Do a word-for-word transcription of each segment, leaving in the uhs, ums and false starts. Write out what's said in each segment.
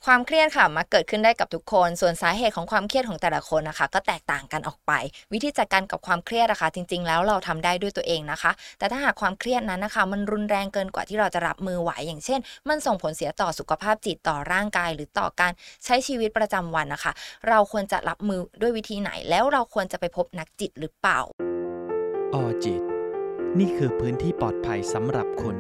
ความเครียดค่ะมักเกิดขึ้นได้กับทุกคนส่วนสาเหตุของความเครียดของแต่ละคนนะคะก็แตกต่างกันออกไปวิธีจัดการกับความเครียดนะคะจริงๆแล้วเราทำได้ด้วยตัวเองนะคะแต่ถ้าหากความเครียดนั้นนะคะมันรุนแรงเกินกว่าที่เราจะรับมือไหวอย่างเช่นมันส่งผลเสียต่อสุขภาพจิตต่อร่างกายหรือต่อการใช้ชีวิตประจำวันนะคะเราควรจะรับมือด้วยวิธีไหนแล้วเราควรจะไปพบนักจิตหรือเปล่าออจิตนี่คือพื้นที่ปลอดภัยสำหรับคุณ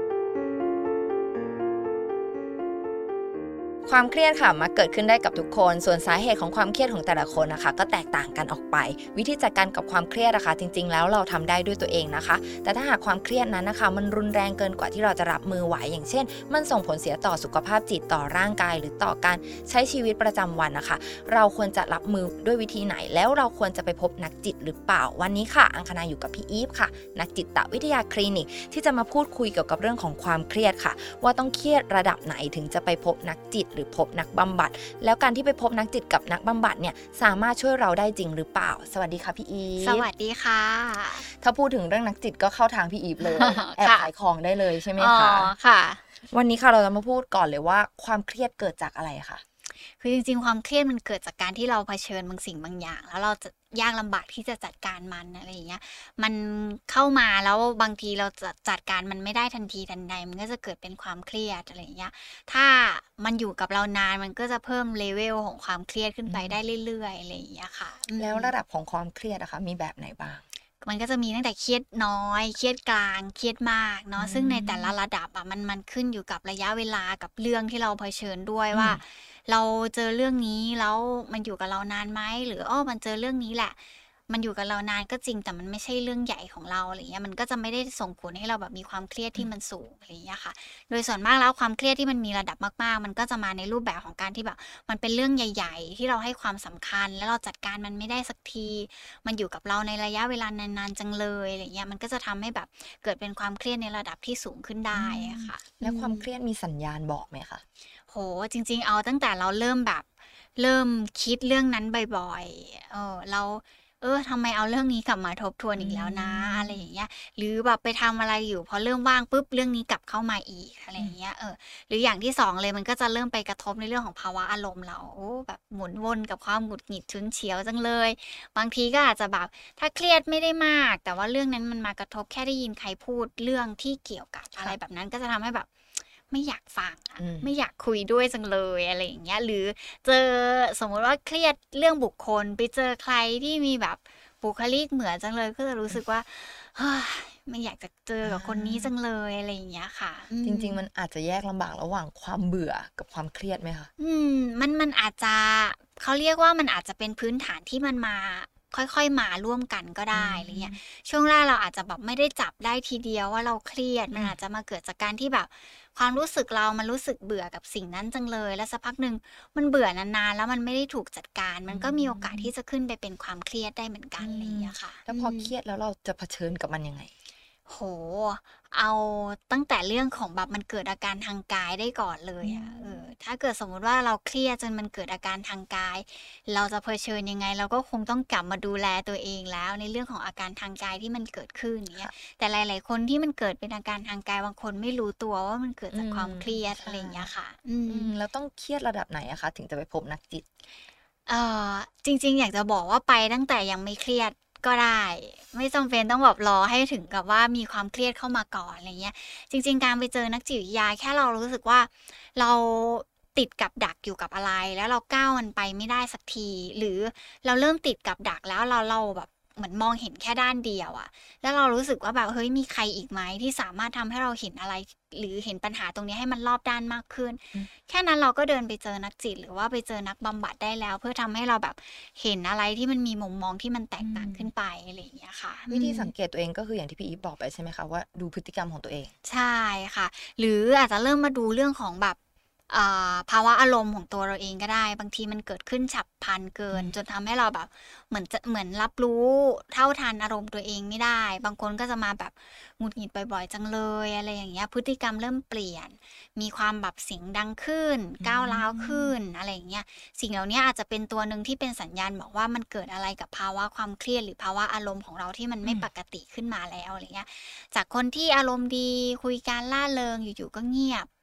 ความเครียดค่ะมักเกิดขึ้นได้กับทุกคนส่วนสาเหตุของความเครียดของแต่ละคนนะคะก็แตกต่างกันออกไปวิธีจัดการกับความเครียดนะคะจริงๆแล้วเราทำได้ด้วยตัวเองนะคะแต่ถ้าหากความเครียดนั้นนะคะมันรุนแรงเกินกว่าที่เราจะรับมือไหวอย่างเช่นมันส่งผลเสียต่อสุขภาพจิตต่อร่างกายหรือต่อการใช้ชีวิตประจำวันนะคะเราควรจะรับมือด้วยวิธีไหนแล้วเราควรจะไปพบนักจิตหรือเปล่าวันนี้ค่ะอังคณาอยู่กับพี่อีฟค่ะนักจิตวิทยาคลินิกที่จะมาพูดคุยเกี่ยวกับเรื่องของความเครียดค่ะว่าต้องเครียดระดับไหนถึงจะไปพบนักจิตหรือพบนักบำบัดแล้วการที่ไปพบนักจิตกับนักบำบัดเนี่ยสามารถช่วยเราได้จริงหรือเปล่าสวัสดีค่ะพี่อีฟสวัสดีค่ะถ้าพูดถึงเรื่องนักจิตก็เข้าทางพี่อีฟเลยแอบขายของได้เลยใช่ไหมคะอ๋อค่ะวันนี้ค่ะเราจะมาพูดก่อนเลยว่าความเครียดเกิดจากอะไรคะคือจริงๆความเครียดมันเกิดจากการที่เราเผชิญบางสิ่งบางอย่างแล้วเราจะยากลำบากที่จะจัดการมันอะไรอย่างเงี้ยมันเข้ามาแล้วบางทีเราจะจัดการมันไม่ได้ทันทีทันใดมันก็จะเกิดเป็นความเครียดอะไรอย่างเงี้ยถ้ามันอยู่กับเรานานมันก็จะเพิ่มเลเวลของความเครียดขึ้นไปได้เรื่อยๆอะไรอย่างเงี้ยค่ะแล้วระดับของความเครียดนะคะมีแบบไหนบ้างมันก็จะมีตั้งแต่เครียดน้อยเครียดกลางเครียดมากเนาะซึ่งในแต่ละระดับอ่ะมันมันขึ้นอยู่กับระยะเวลากับเรื่องที่เราเผชิญด้วยว่าเราเจอเรื่องนี้แล้วมันอยู่กับเรานานไหมหรืออ้อมันเจอเรื่องนี้แหละมันอยู่กับเรานานก็จริงแต่มันไม่ใช่เรื่องใหญ่ของเราอะไรเงี้ยมันก็จะไม่ได้ส่งผลให้เราแบบมีความเครียดที่มันสูงอะไรเงี้ยค่ะโดยส่วนมากแล้วความเครียดที่มันมีระดับมากๆมันก็จะมาในรูปแบบของการที่แบบมันเป็นเรื่องใหญ่ๆที่เราให้ความสำคัญแล้วเราจัดการมันไม่ได้สักทีมันอยู่กับเราในระยะเวลานานๆจังเลยอะไรเงี้ยมันก็จะทำให้แบบเกิดเป็นความเครียดในระดับที่สูงขึ้นได้ค่ะแล้วความเครียดมีสัญญาณบอกไหมคะโหจริงๆเอาตั้งแต่เราเริ่มแบบเริ่มคิดเรื่องนั้นบ่อยๆเออเราเออทำไมเอาเรื่องนี้กลับมาทบทวนอีกแล้วนะอะไรอย่างเงี้ยหรือแบบไปทำอะไรอยู่พอเริ่มว่างปุ๊บเรื่องนี้กลับเข้ามาอีกอะไรอย่างเงี้ยเออหรืออย่างที่สองเลยมันก็จะเริ่มไปกระทบในเรื่องของภาวะอารมณ์เราโอ้แบบหมุนวนกับความหงุดหงิดฉุนเฉียวจังเลยบางทีก็อาจจะแบบถ้าเครียดไม่ได้มากแต่ว่าเรื่องนั้นมันมากระทบแค่ได้ยินใครพูดเรื่องที่เกี่ยวกับอะไรแบบนั้นก็จะทำให้แบบไม่อยากฟังอ่ะไม่อยากคุยด้วยจังเลยอะไรอย่างเงี้ยหรือเจอสมมติว่าเครียดเรื่องบุคคลไปเจอใครที่มีแบบบุคลิกเหมือนจังเลยก็จะรู้สึกว่าเฮ้ยไม่อยากจะเจอกับคนนี้จังเลยอะไรอย่างเงี้ยค่ะจริงๆมันอาจจะแยกลำบากระหว่างความเบื่อกับความเครียดไหมคะอืมมันมันอาจจะเขาเรียกว่ามันอาจจะเป็นพื้นฐานที่มันมาค่อยๆมาร่วมกันก็ได้อะไรเงี้ยช่วงแรกเราอาจจะแบบไม่ได้จับได้ทีเดียวว่าเราเครียดมันอาจจะมาเกิดจากการที่แบบความรู้สึกเรามันรู้สึกเบื่อกับสิ่งนั้นจังเลยแล้วสักพักหนึ่งมันเบื่อนานๆแล้วมันไม่ได้ถูกจัดการมันก็มีโอกาสที่จะขึ้นไปเป็นความเครียดได้เหมือนกันอะไรอย่างเงี้ยค่ะแล้วพอเครียดแล้วเราจะเผชิญกับมันยังไงโหเอาตั้งแต่เรื่องของแบบมันเกิดอาการทางกายได้ก่อนเลยอะเออถ้าเกิดสมมุติว่าเราเครียดจนมันเกิดอาการทางกายเราจะเผชิญยังไงเราก็คงต้องกลับมาดูแลตัวเองแล้วในเรื่องของอาการทางกายที่มันเกิดขึ้นเนี้ยแต่หลายๆคนที่มันเกิดเป็นอาการทางกายบางคนไม่รู้ตัวว่ามันเกิดจากความเครียดอะไรอย่างเงี้ยค่ะอืมแล้วต้องเครียดระดับไหนอะคะถึงจะไปพบนักจิตเอ่อจริงๆอยากจะบอกว่าไปตั้งแต่ยังไม่เครียดก็ได้ไม่จำเป็นต้องแบบรอให้ถึงกับว่ามีความเครียดเข้ามาก่อนอะไรเงี้ยจริงๆการไปเจอนักจิตวิทยาแค่เรารู้สึกว่าเราติดกับดักอยู่กับอะไรแล้วเราก้าวมันไปไม่ได้สักทีหรือเราเริ่มติดกับดักแล้วเราเราแบบเหมือนมองเห็นแค่ด้านเดียวอะแล้วเรารู้สึกว่าแบบเฮ้ยมีใครอีกไหมที่สามารถทำให้เราเห็นอะไรหรือเห็นปัญหาตรงนี้ให้มันรอบด้านมากขึ้นแค่นั้นเราก็เดินไปเจอนักจิตหรือว่าไปเจอนักบำบัดได้แล้วเพื่อทำให้เราแบบเห็นอะไรที่มันมีมุมมองที่มันแตกต่างขึ้นไปอะไรอย่างเงี้ยค่ะวิธีสังเกตตัวเองก็คืออย่างที่พี่อีฟบอกไปใช่ไหมคะว่าดูพฤติกรรมของตัวเองใช่ค่ะหรืออาจจะเริ่มมาดูเรื่องของแบบภาวะอารมณ์ของตัวเราเองก็ได้บางทีมันเกิดขึ้นฉับพลันเกินจนทำให้เราแบบเหมือนจะเหมือนรับรู้เท่าทันอารมณ์ตัวเองไม่ได้บางคนก็จะมาแบบหงุดหงิดบ่อยๆจังเลยอะไรอย่างเงี้ยพฤติกรรมเริ่มเปลี่ยนมีความแบบเสียงดังขึ้นก้าวร้าวขึ้นอะไรอย่างเงี้ยสิ่งเหล่านี้อาจจะเป็นตัวหนึ่งที่เป็นสัญญาณบอกว่ามันเกิดอะไรกับภาวะความเครียดหรือภาวะอารมณ์ของเราที่มันไม่ปกติขึ้นมาแล้วอะไรเงี้ยจากคนที่อารมณ์ดีคุยกันร่าเริงอยู่ๆก็เงียบ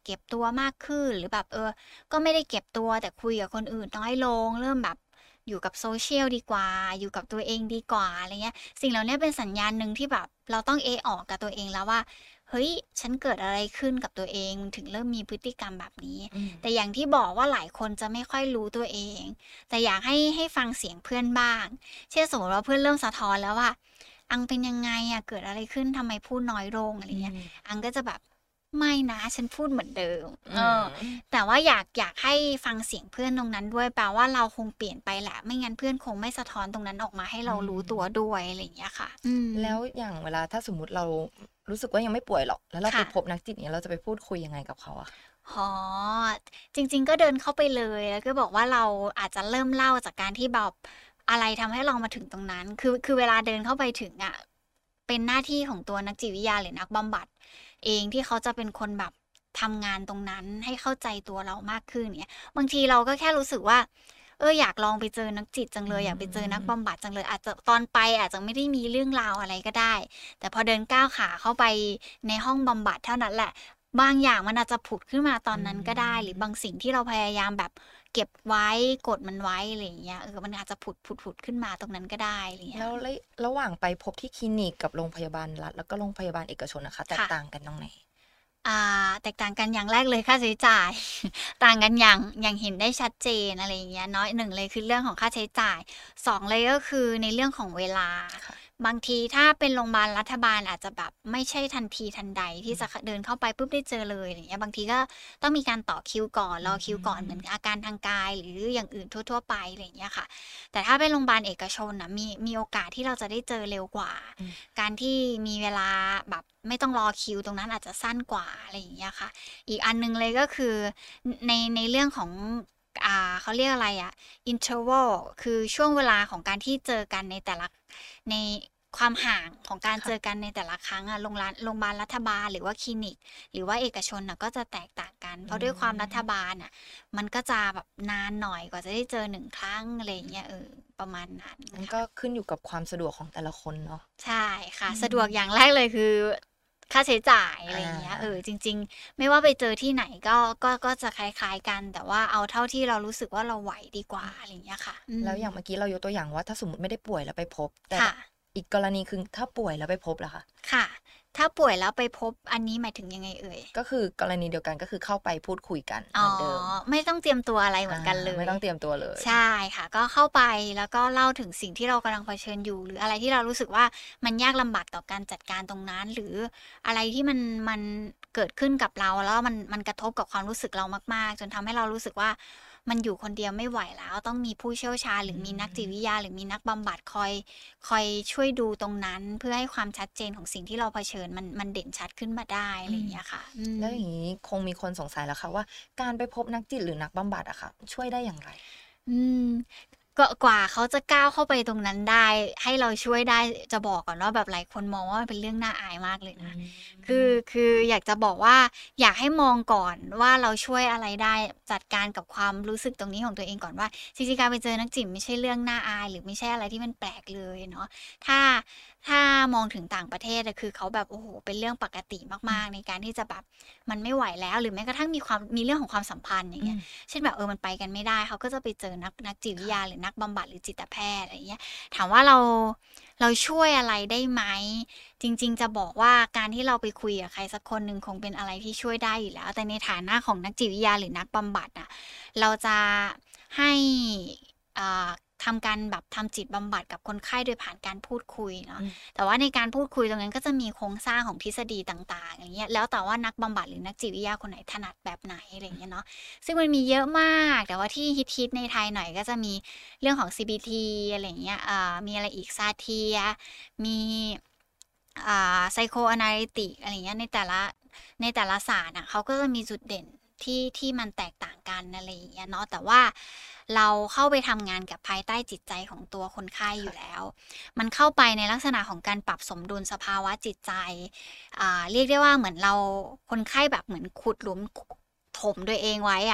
เก็บตัวมากขึ้นหรือแบบเออก็ไม่ได้เก็บตัวแต่คุยกับคนอื่นน้อยลงเริ่มแบบอยู่กับโซเชียลดีกว่าอยู่กับตัวเองดีกว่าอะไรเงี้ยสิ่งเหล่านี้เป็นสัญญาณหนึ่งที่แบบเราต้องเอออกกับตัวเองแล้วว่าเฮ้ยฉันเกิดอะไรขึ้นกับตัวเองถึงเริ่มมีพฤติกรรมแบบนี้แต่อย่างที่บอกว่าหลายคนจะไม่ค่อยรู้ตัวเองแต่อยากให้ให้ฟังเสียงเพื่อนบ้างเช่นสมมติว่าเพื่อนเริ่มสะท้อนแล้วว่าอังเป็นยังไงอะเกิดอะไรขึ้นทำไมพูดน้อยลงอะไรเงี้ยอังก็จะแบบไม่นะฉันพูดเหมือนเดิมเออแต่ว่าอยากอยากให้ฟังเสียงเพื่อนตรงนั้นด้วยแปลว่าเราคงเปลี่ยนไปแหละไม่งั้นเพื่อนคงไม่สะท้อนตรงนั้นออกมาให้เรารู้ตัวด้วยอะไรอย่างเงี้ยค่ะแล้วอย่างเวลาถ้าสมมุติเรารู้สึกว่ายังไม่ป่วยหรอกแล้วเราไปพบนักจิตเนี่ยเราจะไปพูดคุยยังไงกับเขาอะอ๋อจริงๆก็เดินเข้าไปเลยแล้วก็บอกว่าเราอาจจะเริ่มเล่าจากการที่แบบอะไรทำให้เรามาถึงตรงนั้นคือคือเวลาเดินเข้าไปถึงอะเป็นหน้าที่ของตัวนักจิตวิทยาหรือนักบำบัดเองที่เขาจะเป็นคนแบบทำงานตรงนั้นให้เข้าใจตัวเรามากขึ้นเนี่ยบางทีเราก็แค่รู้สึกว่าเอออยากลองไปเจอนักจิตจังเลยอยากไปเจอนักบำบัดจังเลยอาจจะตอนไปอาจจะไม่ได้มีเรื่องราวอะไรก็ได้แต่พอเดินก้าวขาเข้าไปในห้องบำบัดเท่านั้นแหละบางอย่างมันอาจจะผุดขึ้นมาตอนนั้นก็ได้หรือบางสิ่งที่เราพยายามแบบเก็บไว้กดมันไว้อะไรอย่างเงี้ยเออมันอาจจะผุดผุดผุดขึ้นมาตรงนั้นก็ได้อะไรเงี้ยแล้วระหว่างไปพบที่คลินิกกับโรงพยาบาลรัฐแล้วก็โรงพยาบาลเอกชนนะคะแตกต่างกันตรงไหนอ่าแตกต่างกันอย่างแรกเลยค่าใช้จ่าย ต่างกันอย่างอย่างเห็นได้ชัดเจนอะไรอย่างเงี้ยเนาะหนึ่งเลยคือเรื่องของค่าใช้จ่ายสองเลยก็คือในเรื่องของเวลาบางทีถ้าเป็นโรงพยาบาลรัฐบาลอาจจะแบบไม่ใช่ทันทีทันใดที่จะเดินเข้าไปปุ๊บได้เจอเลยอย่างเงี้ยบางทีก็ต้องมีการต่อคิวก่อนรอคิวก่อนเหมือนอาการทางกายหรืออย่างอื่นทั่วๆไปอะไรอย่างเงี้ยค่ะแต่ถ้าเป็นโรงพยาบาลเอกชนนะมีมีโอกาสที่เราจะได้เจอเร็วกว่าการที่มีเวลาแบบไม่ต้องรอคิวตรงนั้นอาจจะสั้นกว่าอะไรอย่างเงี้ยค่ะอีกอันนึงเลยก็คือในในเรื่องของอ่าเขาเรียกอะไรอะ interval คือช่วงเวลาของการที่เจอกันในแต่ละในความห่างของการเจอกันในแต่ละครั้งอะโรงพยาบาลโรงพยาบาลรัฐบาลหรือว่าคลินิกหรือว่าเอกชนน่ะก็จะแตกต่างกันเพราะด้วยความรัฐบาลน่ะมันก็จะแบบนานหน่อยกว่าจะได้เจอหนึ่งครั้งอะไรอย่างเงี้ยเออประมาณนั้นมันก็ขึ้นอยู่กับความสะดวกของแต่ละคนเนาะใช่ค่ะสะดวกอย่างแรกเลยคือค่าใช้จ่ายอะไรอย่างเงี้ยเออจริงๆไม่ว่าไปเจอที่ไหนก็ก็ก็จะคล้ายๆกันแต่ว่าเอาเท่าที่เรารู้สึกว่าเราไหวดีกว่าอะไรอย่างเงี้ยค่ะแล้วอย่างเมื่อกี้เรายกตัวอย่างว่าถ้าสมมติไม่ได้ป่วยแล้วไปพบแต่อีกกรณีคือถ้าป่วยแล้วไปพบล่ะคะค่ะถ้าป่วยแล้วไปพบอันนี้หมายถึงยังไงเอ่ยก็คือกรณีเดียวกันก็คือเข้าไปพูดคุยกันเหมือนเดิมอ๋อไม่ต้องเตรียมตัวอะไรเหมือนกันเลยไม่ต้องเตรียมตัวเลยใช่ค่ะก็เข้าไปแล้วก็เล่าถึงสิ่งที่เรากำลังเผชิญอยู่หรืออะไรที่เรารู้สึกว่ามันยากลำบากต่อการจัดการตรงนั้นหรืออะไรที่มันมันเกิดขึ้นกับเราแล้วมันมันกระทบกับความรู้สึกเรามากๆจนทำให้เรารู้สึกว่ามันอยู่คนเดียวไม่ไหวแล้วต้องมีผู้เชี่ยวชาญหรือมีนักจิตวิทยาหรือมีนักบำบัดคอยคอยช่วยดูตรงนั้นเพื่อให้ความชัดเจนของสิ่งที่เราเผชิญมันมันเด่นชัดขึ้นมาได้อะไรอย่างเงี้ยค่ะแล้วอย่างนี้คงมีคนสงสัยแล้วค่ะว่าการไปพบนักจิตหรือนักบำบัดอะค่ะช่วยได้อย่างไรอืมก็กว่าเขาจะก้าวเข้าไปตรงนั้นได้ให้เราช่วยได้จะบอกก่อนว่าแบบหลายคนมองว่ามันเป็นเรื่องน่าอายมากเลยนะคือคืออยากจะบอกว่าอยากให้มองก่อนว่าเราช่วยอะไรได้จัดการกับความรู้สึกตรงนี้ของตัวเองก่อนว่าจริงๆการไปเจอนักจิตไม่ใช่เรื่องน่าอายหรือไม่ใช่อะไรที่มันแปลกเลยเนาะถ้าถ้ามองถึงต่างประเทศคือเขาแบบโอ้โหเป็นเรื่องปกติมากๆในการที่จะแบบมันไม่ไหวแล้วหรือแม้กระทั่งมีความมีเรื่องของความสัมพันธ์อย่างเงี้ยเช่นแบบเออมันไปกันไม่ได้เขาก็จะไปเจอนักนักจิตวิทยาหรือนักบำบัดหรือจิตแพทย์อะไรเงี้ยถามว่าเราเราช่วยอะไรได้ไหมจริงๆจะบอกว่าการที่เราไปคุยกับใครสักคนหนึ่งคงเป็นอะไรที่ช่วยได้อยู่แล้วแต่ในฐานะของนักจิตวิทยาหรือนักบำบัดอ่ะเราจะให้อ่าทำการแบบทำจิตบำบัดกับคนไข้โดยผ่านการพูดคุยเนาะแต่ว่าในการพูดคุยตรงนั้นก็จะมีโครงสร้างของทฤษฎีต่างๆอย่างเงี้ยแล้วแต่ว่านักบำบัดหรือนักจิตวิทยาคนไหนถนัดแบบไหนอะไรเงี้ยเนาะซึ่งมันมีเยอะมากแต่ว่าที่ฮิตๆในไทยหน่อยก็จะมีเรื่องของ ซี บี ที อะไรเงี้ยอ่ามีอะไรอีกซาเทียมีอ่าไซโคอนาลิติกอะไรเงี้ยในแต่ละในแต่ละศาสตร์อ่ะเขาก็จะมีจุดเด่นที่ที่มันแตกต่างกันอะไรอย่างเงี้ยเนาะแต่ว่าเราเข้าไปทำงานกับภายใต้จิตใจของตัวคนไข้อยู่แล้วมันเข้าไปในลักษณะของการปรับสมดุลสภาวะจิตใจอ่าเรียกได้ว่าเหมือนเราคนไข้แบบเหมือนขุดหลุมถมตัวเองไว้อ่ะ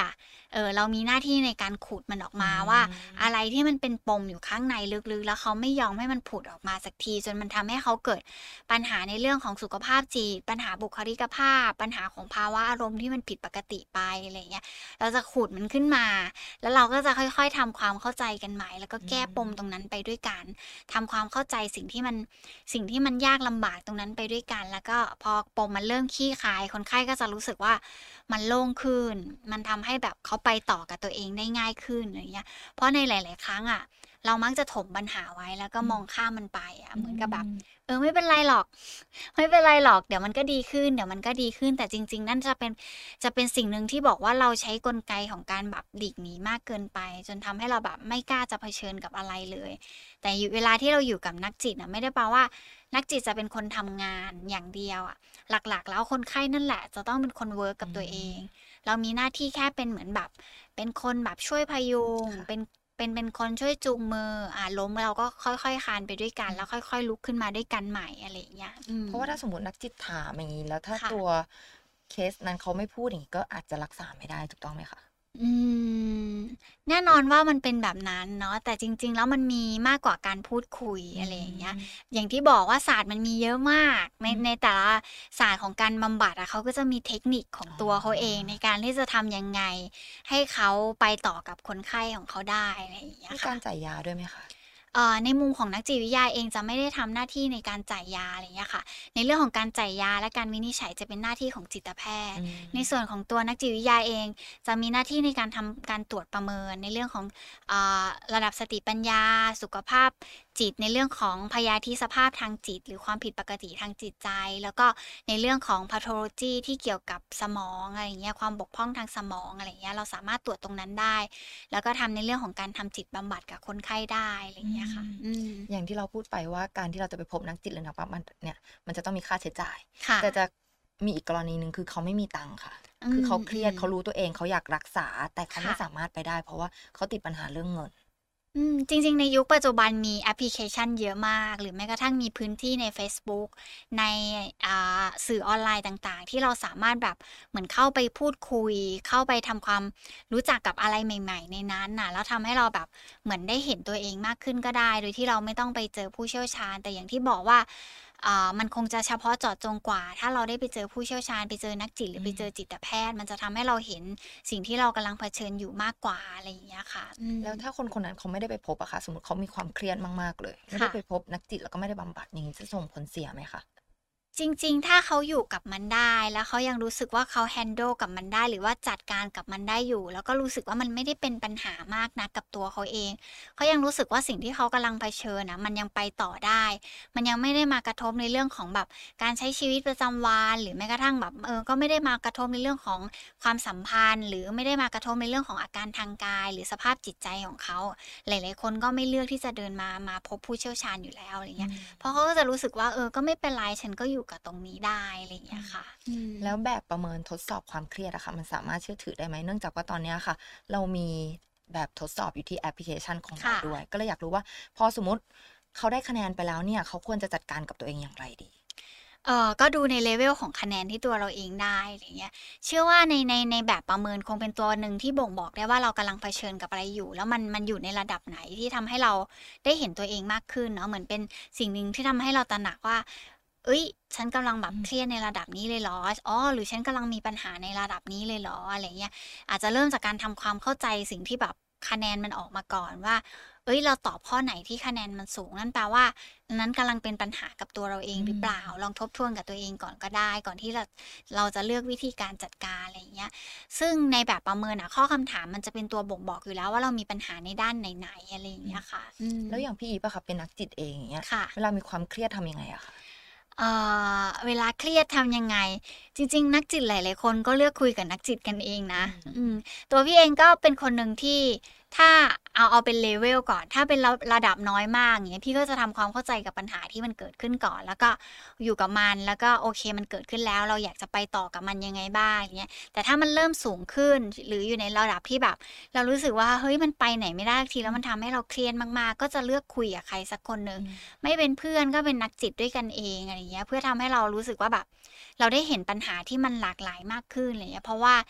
เออเรามีหน้าที่ในการขุดมันออกมาว่าอะไรที่มันเป็นปมอยู่ข้างในลึกๆแล้วเขาไม่ยอมให้มันผุดออกมาสักทีจนมันทำให้เขาเกิดปัญหาในเรื่องของสุขภาพจิตปัญหาบุคลิกภาพปัญหาของภาวะอารมณ์ที่มันผิดปกติไปอะไรเงี้ยเราจะขุดมันขึ้นมาแล้วเราก็จะค่อยๆทำความเข้าใจกันใหม่แล้วก็แก้ปมตรงนั้นไปด้วยกันทำความเข้าใจสิ่งที่มันสิ่งที่มันยากลำบากตรงนั้นไปด้วยกันแล้วก็พอปมมันเริ่มขี้คายคนไข้ก็จะรู้สึกว่ามันโล่งขึ้นมันทำให้แบบเขาไปต่อกับตัวเองได้ง่ายขึ้นอะไรเงี้ยเพราะในหลายๆครั้งอ่ะเรามักจะถมปัญหาไว้แล้วก็มองข้ามมันไปอ่ะเหมือนกับแบบเออไม่เป็นไรหรอกไม่เป็นไรหรอกเดี๋ยวมันก็ดีขึ้นเดี๋ยวมันก็ดีขึ้นแต่จริงๆนั่นจะเป็นจะเป็นสิ่งหนึ่งที่บอกว่าเราใช้กลไกของการแบบหลีกหนีมากเกินไปจนทำให้เราแบบไม่กล้าจะเผชิญกับอะไรเลยแต่เวลาที่เราอยู่กับนักจิตอ่ะไม่ได้แปลว่านักจิตจะเป็นคนทำงานอย่างเดียวอ่ะหลักๆแล้วคนไข้นั่นแหละจะต้องเป็นคนเวิร์กกับตัวเองเรามีหน้าที่แค่เป็นเหมือนแบบเป็นคนแบบช่วยพยุงเป็นเป็นเป็นคนช่วยจูงมืออ่าล้มเราก็ค่อยๆคานไปด้วยกันแล้วค่อยๆลุกขึ้นมาด้วยกันใหม่อะไรอย่างเงี้ยเพราะว่าถ้าสมมตินักจิตถามอย่างนี้แล้วถ้าตัวเคสนั้นเขาไม่พูดอย่างนี้ก็อาจจะรักษาไม่ได้ถูกต้องไหมคะอืมแน่นอนว่ามันเป็นแบบนั้นเนาะแต่จริงๆแล้วมันมีมากกว่าการพูดคุยอะไรอย่างเงี้ยอย่างที่บอกว่าศาสตร์มันมีเยอะมากในในแต่ละศาสตร์ของการบำบัดอะเขาก็จะมีเทคนิคของตัวเขาเองในการที่จะทำยังไงให้เขาไปต่อกับคนไข้ของเขาได้อะไรอย่างเงี้ยมีค่ะการจ่ายยาด้วยไหมคะในมุมของนักจิตวิทยาเองจะไม่ได้ทำหน้าที่ในการจ่ายยาอะไรอย่างเงี้ยค่ะในเรื่องของการจ่ายยาและการวินิจฉัยจะเป็นหน้าที่ของจิตแพทย์ในส่วนของตัวนักจิตวิทยาเองจะมีหน้าที่ในการทำการตรวจประเมินในเรื่องของระดับสติปัญญาสุขภาพจิตในเรื่องของพยาธิสภาพทางจิตหรือความผิดปกติทางจิตใจแล้วก็ในเรื่องของ pathology ที่เกี่ยวกับสมองอะไรอย่างเงี้ยความบกพร่องทางสมองอะไรอย่างเงี้ยเราสามารถตรวจตรงนั้นได้แล้วก็ทำในเรื่องของการทำจิตบำบัดกับคนไข้ได้อะไรอย่างเงี้ยค่ะอย่างที่เราพูดไปว่าการที่เราจะไปพบนักจิตหรือนักบำบัดเนี่ยมันจะต้องมีค่าใช้จ่ายแต่จะมีอีกกรณีหนึ่งคือเขาไม่มีตังค์ค่ะคือเขาเครียดเขารู้ตัวเองเขาอยากรักษาแต่เขาไม่สามารถไปได้เพราะว่าเขาติดปัญหาเรื่องเงินอืมจริงๆในยุคปัจจุบันมีแอปพลิเคชันเยอะมากหรือแม้กระทั่งมีพื้นที่ใน Facebook ในอ่าสื่อออนไลน์ต่างๆที่เราสามารถแบบเหมือนเข้าไปพูดคุยเข้าไปทำความรู้จักกับอะไรใหม่ๆในนั้นน่ะแล้วทำให้เราแบบเหมือนได้เห็นตัวเองมากขึ้นก็ได้โดยที่เราไม่ต้องไปเจอผู้เชี่ยวชาญแต่อย่างที่บอกว่าอ่ามันคงจะเฉพาะเจาะจงกว่าถ้าเราได้ไปเจอผู้เชี่ยวชาญไปเจอนักจิตหรือไปเจอจิตแพทย์มันจะทำให้เราเห็นสิ่งที่เรากำลังเผชิญอยู่มากกว่าอะไรอย่างเงี้ยค่ะแล้วถ้าคนคนนั้นเขาไม่ได้ไปพบอะค่ะสมมติเขามีความเครียดมากๆเลยไม่ได้ไปพบนักจิตแล้วก็ไม่ได้บำบัดอย่างนี้จะส่งผลเสียไหมคะจริงๆถ้าเขาอยู่กับมันได้แล้วเขายังรู้สึกว่าเขาแฮนเดิลกับมันได้หรือว่าจัดการกับมันได้อยู่แล้วก็รู้สึกว่ามันไม่ได้เป็นปัญหามากนักกับตัวเขาเองเขายังรู้สึกว่าสิ่งที่เขากำลังเผชิญนะมันยังไปต่อได้มันยังไม่ได้มากระทบในเรื่องของแบบการใช้ชีวิตประจำวันหรือแม้กระทั่งแบบเออก็ไม่ได้มากระทบในเรื่องของความสัมพันธ์หรือไม่ได้มากระทบในเรื่องของอาการทางกายหรือสภาพจิตใจของเขาหลายๆคนก็ไม่เลือกที่จะเดินมามาพบผู้เชี่ยวชาญอยู่แล้วอะไรเงี้ยเพราะเขาก็จะรู้สึกว่าเออก็ไม่เป็นไรฉันก็อยู่กับตรงนี้ได้อะไรอย่างเงี้ยค่ะแล้วแบบประเมินทดสอบความเครียดอะค่ะมันสามารถเชื่อถือได้ไหมเนื่องจากว่าตอนนี้ค่ะเรามีแบบทดสอบอยู่ที่แอปพลิเคชันของเราด้วยก็เลยอยากรู้ว่าพอสมมติเขาได้คะแนนไปแล้วเนี่ยเขาควรจะจัดการกับตัวเองอย่างไรดีเออก็ดูในเลเวลของคะแนนที่ตัวเราเองได้อะไรเงี้ยเชื่อว่าในในในแบบประเมินคงเป็นตัวหนึ่งที่บ่งบอกได้ว่าเรากำลังเผชิญกับอะไรอยู่แล้วมันมันอยู่ในระดับไหนที่ทำให้เราได้เห็นตัวเองมากขึ้นเนาะเหมือนเป็นสิ่งหนึ่งที่ทำให้เราตระหนักว่าเอ้ยฉันกำลังแบบเครียดในระดับนี้เลยเหรออ๋อหรือฉันกำลังมีปัญหาในระดับนี้เลยเหรออะไรเงี้ยอาจจะเริ่มจากการทำความเข้าใจสิ่งที่แบบคะแนนมันออกมาก่อนว่าเอ้ยเราตอบข้อไหนที่คะแนนมันสูงนั่นแปลว่านั้นกำลังเป็นปัญหากับตัวเราเองหรือเปล่าลองทบทวนกับตัวเองก่อนก็ได้ก่อนที่เราเราจะเลือกวิธีการจัดการอะไรอย่างเงี้ยซึ่งในแบบประเมินอะข้อคำถามมันจะเป็นตัวบ่งบอกอยู่แล้วว่าเรามีปัญหาในด้านไหนๆอะไรอย่างเงี้ยค่ะแล้วอย่างพี่อีฟอะค่ะเป็นนักจิตเองอย่างเงี้ยเวลามีความเครียดทำยังไงอะคะเอ่อเวลาเครียดทำยังไงจริงๆนักจิตหลายๆคนก็เลือกคุยกับนักจิตกันเองนะอืมตัวพี่เองก็เป็นคนหนึ่งที่ถ้าเอาเอาเป็นเลเวลก่อนถ้าเป็นระระดับน้อยมากอย่างเงี้ยพี่ก็จะทำความเข้าใจกับปัญหาที่มันเกิดขึ้นก่อนแล้วก็อยู่กับมันแล้วก็โอเคมันเกิดขึ้นแล้วเราอยากจะไปต่อกับมันยังไงบ้างอย่างเงี้ยแต่ถ้ามันเริ่มสูงขึ้นหรืออยู่ในระดับที่แบบเรารู้สึกว่าเฮ้ยมันไปไหนไม่ได้สักทีแล้วมันทำให้เราเครียดมากๆก็จะเลือกคุยกับใครสักคนหนึ่งไม่เป็นเพื่อนก็เป็นนักจิตด้วยกันเองอะไรอย่างเงี้ยเพื่อทำให้เรารู้สึกว่าแบบเราได้เห็นปัญหาที่มันหลากหลายมากขึ้นอะไรอย่างเงี้ยเพราะว่า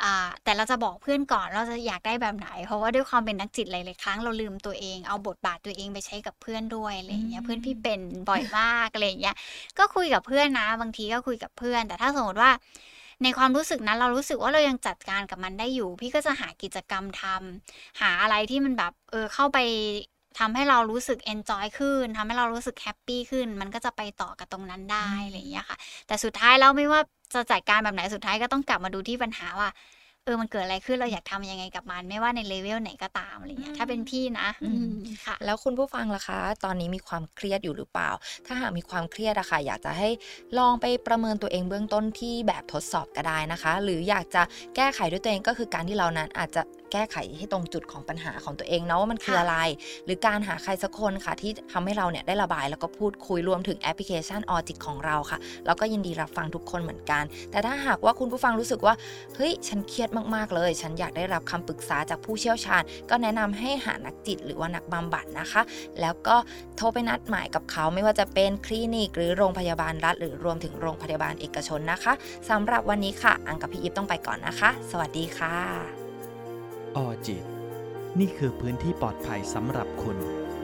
อ่าแต่เราจะบอกเพื่อนก่อนเราจะอยากได้แบบไหน เพราะว่าด้วยความเป็นนักจิตหลายๆครั้งเราลืมตัวเองเอาบทบาทตัวเองไปใช้กับเพื่อนด้วยอะไรอย่างเงี้ยเพื่อนพี่เป็นบ่อยมากอะไรอย่างเงี้ยก็คุยกับเพื่อนนะบางทีก็คุยกับเพื่อน แต่ถ้าสมมติว่าในความรู้สึกนั้นเรารู้สึกว่าเรายังจัดการกับมันได้อยู่ พี่ก็จะหากิจกรรมทำหาอะไรที่มันแบบเออเข้าไปทำให้เรารู้สึก enjoy ขึ้นทำให้เรารู้สึกแฮปปี้ขึ้น มันก็จะไปต่อกับตรงนั้นได้อะไรอย่างเงี้ยค่ะแต่สุดท้ายแล้วไม่ว่าจะจัดการแบบไหนสุดท้ายก็ต้องกลับมาดูที่ปัญหาว่าเออมันเกิดอะไรขึ้นเราอยากทำยังไงกับมันไม่ว่าในเลเวลไหนก็ตามอะไรเงี้ยถ้าเป็นพี่นะอืมค่ะแล้วคุณผู้ฟังล่ะคะตอนนี้มีความเครียดอยู่หรือเปล่าถ้าหากมีความเครียดอะค่ะอยากจะให้ลองไปประเมินตัวเองเบื้องต้นที่แบบทดสอบก็ได้นะคะหรืออยากจะแก้ไขด้วยตัวเองก็คือการที่เรานั้นอาจจะแก้ไขให้ตรงจุดของปัญหาของตัวเองเนาะว่ามันคืออะไรหรือการหาใครสักคนค่ะที่ทำให้เราเนี่ยได้ระบายแล้วก็พูดคุยรวมถึงแอปพลิเคชันออจิตของเราค่ะแล้วก็ยินดีรับฟังทุกคนเหมือนกันแต่ถ้าหากว่าคุณผู้ฟังรู้สึกว่าเฮ้ยฉันเครียดมากๆเลยฉันอยากได้รับคำปรึกษาจากผู้เชี่ยวชาญก็แนะนำให้หานักจิตหรือว่านักบำบัดนะคะแล้วก็โทรไปนัดหมายกับเขาไม่ว่าจะเป็นคลินิกหรือโรงพยาบาลรัฐหรือรวมถึงโรงพยาบาลเอกชนนะคะสำหรับวันนี้ค่ะอังกับพี่อีฟต้องไปก่อนนะคะสวัสดีค่ะออจิตนี่คือพื้นที่ปลอดภัยสำหรับคุณ